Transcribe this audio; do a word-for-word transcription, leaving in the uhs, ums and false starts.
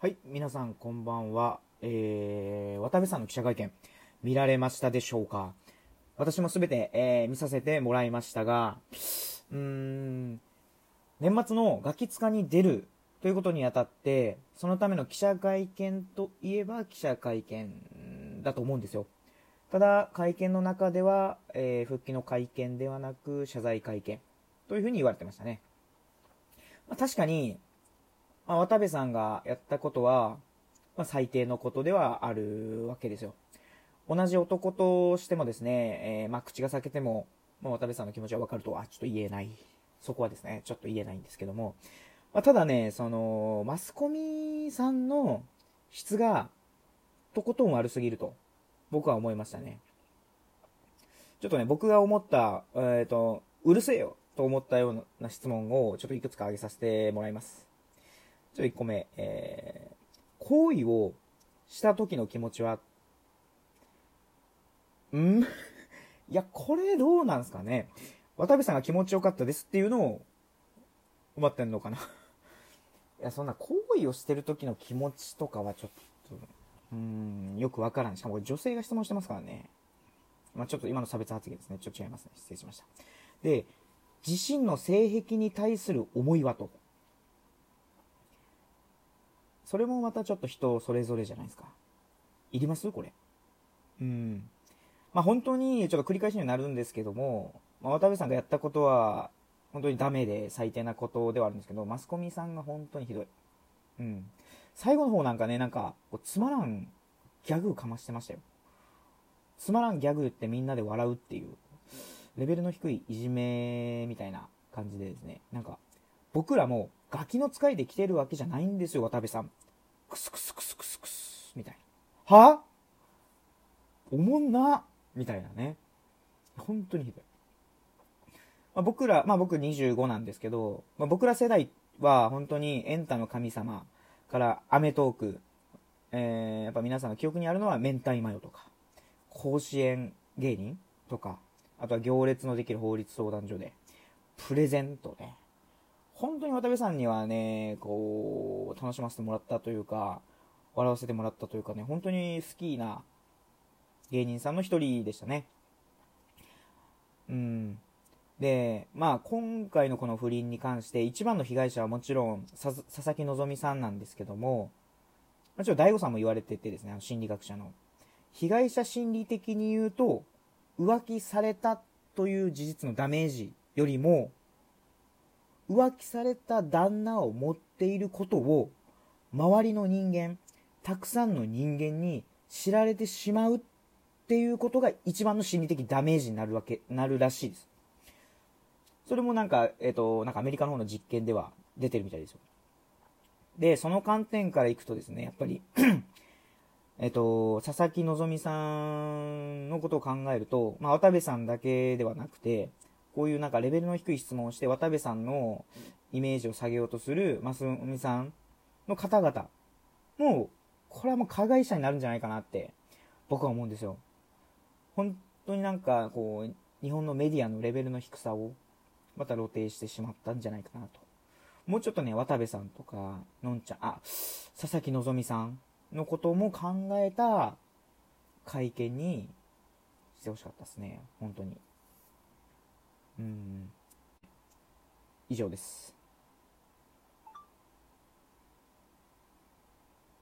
はい、皆さんこんばんは。えー、渡部さんの記者会見、見られましたでしょうか？私もすべて、えー見させてもらいましたが、うーん、年末のガキ使に出るということにあたって、そのための記者会見といえば記者会見だと思うんですよ。ただ、会見の中では、えー復帰の会見ではなく、謝罪会見というふうに言われてましたね。まあ、確かに、まあ、渡部さんがやったことは、まあ、最低のことではあるわけですよ。同じ男としてもですね、えーまあ、口が裂けても、まあ、渡部さんの気持ちは分かるとはちょっと言えない。そこはですね、ちょっと言えないんですけども。まあ、ただね、その、マスコミさんの質がとことん悪すぎると、僕は思いましたね。ちょっとね、僕が思った、えっ、と、うるせえよと思ったような質問をちょっといくつか挙げさせてもらいます。ちょっといっこめ、えー、行為をした時の気持ちは、んいや、これどうなんですかね。渡部さんが気持ちよかったですっていうのを思ってんのかな。いや、そんな行為をしてる時の気持ちとかはちょっと、うーん、よくわからん。しかもこれ女性が質問してますからね。まあちょっと今の差別発言ですね。ちょっと違いますね。失礼しました。で、自身の性癖に対する思いはと。それもまたちょっと人それぞれじゃないですか。いりますこれ。うん。まあ本当にちょっと繰り返しにはなるんですけども、まあ、渡部さんがやったことは本当にダメで最低なことではあるんですけど、マスコミさんが本当にひどい。うん。最後の方なんかね、なんかこうつまらんギャグかましてましたよ。つまらんギャグ言ってみんなで笑うっていうレベルの低いいじめみたいな感じでですね、なんか僕らもガキの使いで来てるわけじゃないんですよ、渡部さん。クスクスクスクスクスみたいな。はおもんなみたいなね。本当にひどい。まあ、僕ら、まあ僕にじゅうごなんですけど、まあ、僕ら世代は本当にエンタの神様からアメトーク、えー、やっぱ皆さんの記憶にあるのは明太マヨとか、甲子園芸人とか、あとは行列のできる法律相談所で、プレゼントね。本当に渡部さんにはね、こう、楽しませてもらったというか、笑わせてもらったというかね、本当に好きな芸人さんの一人でしたね。うん。で、まあ今回のこの不倫に関して一番の被害者はもちろん佐々木希さんなんですけども、もちろん大悟さんも言われててですね、あの心理学者の。被害者心理的に言うと、浮気されたという事実のダメージよりも、浮気された旦那を持っていることを、周りの人間、たくさんの人間に知られてしまうっていうことが一番の心理的ダメージになるわけ、なるらしいです。それもなんか、えっ、と、なんかアメリカの方の実験では出てるみたいですよ。で、その観点からいくとですね、やっぱりえっと、佐々木希さんのことを考えると、まあ、渡部さんだけではなくて、こういうなんかレベルの低い質問をして渡部さんのイメージを下げようとする増美さんの方々もう、これはもう加害者になるんじゃないかなって僕は思うんですよ。本当になんかこう、日本のメディアのレベルの低さをまた露呈してしまったんじゃないかなと。もうちょっとね、渡部さんとか、のんちゃん、あ、佐々木希さんのことも考えた会見にしてほしかったですね。本当に。うん。以上です。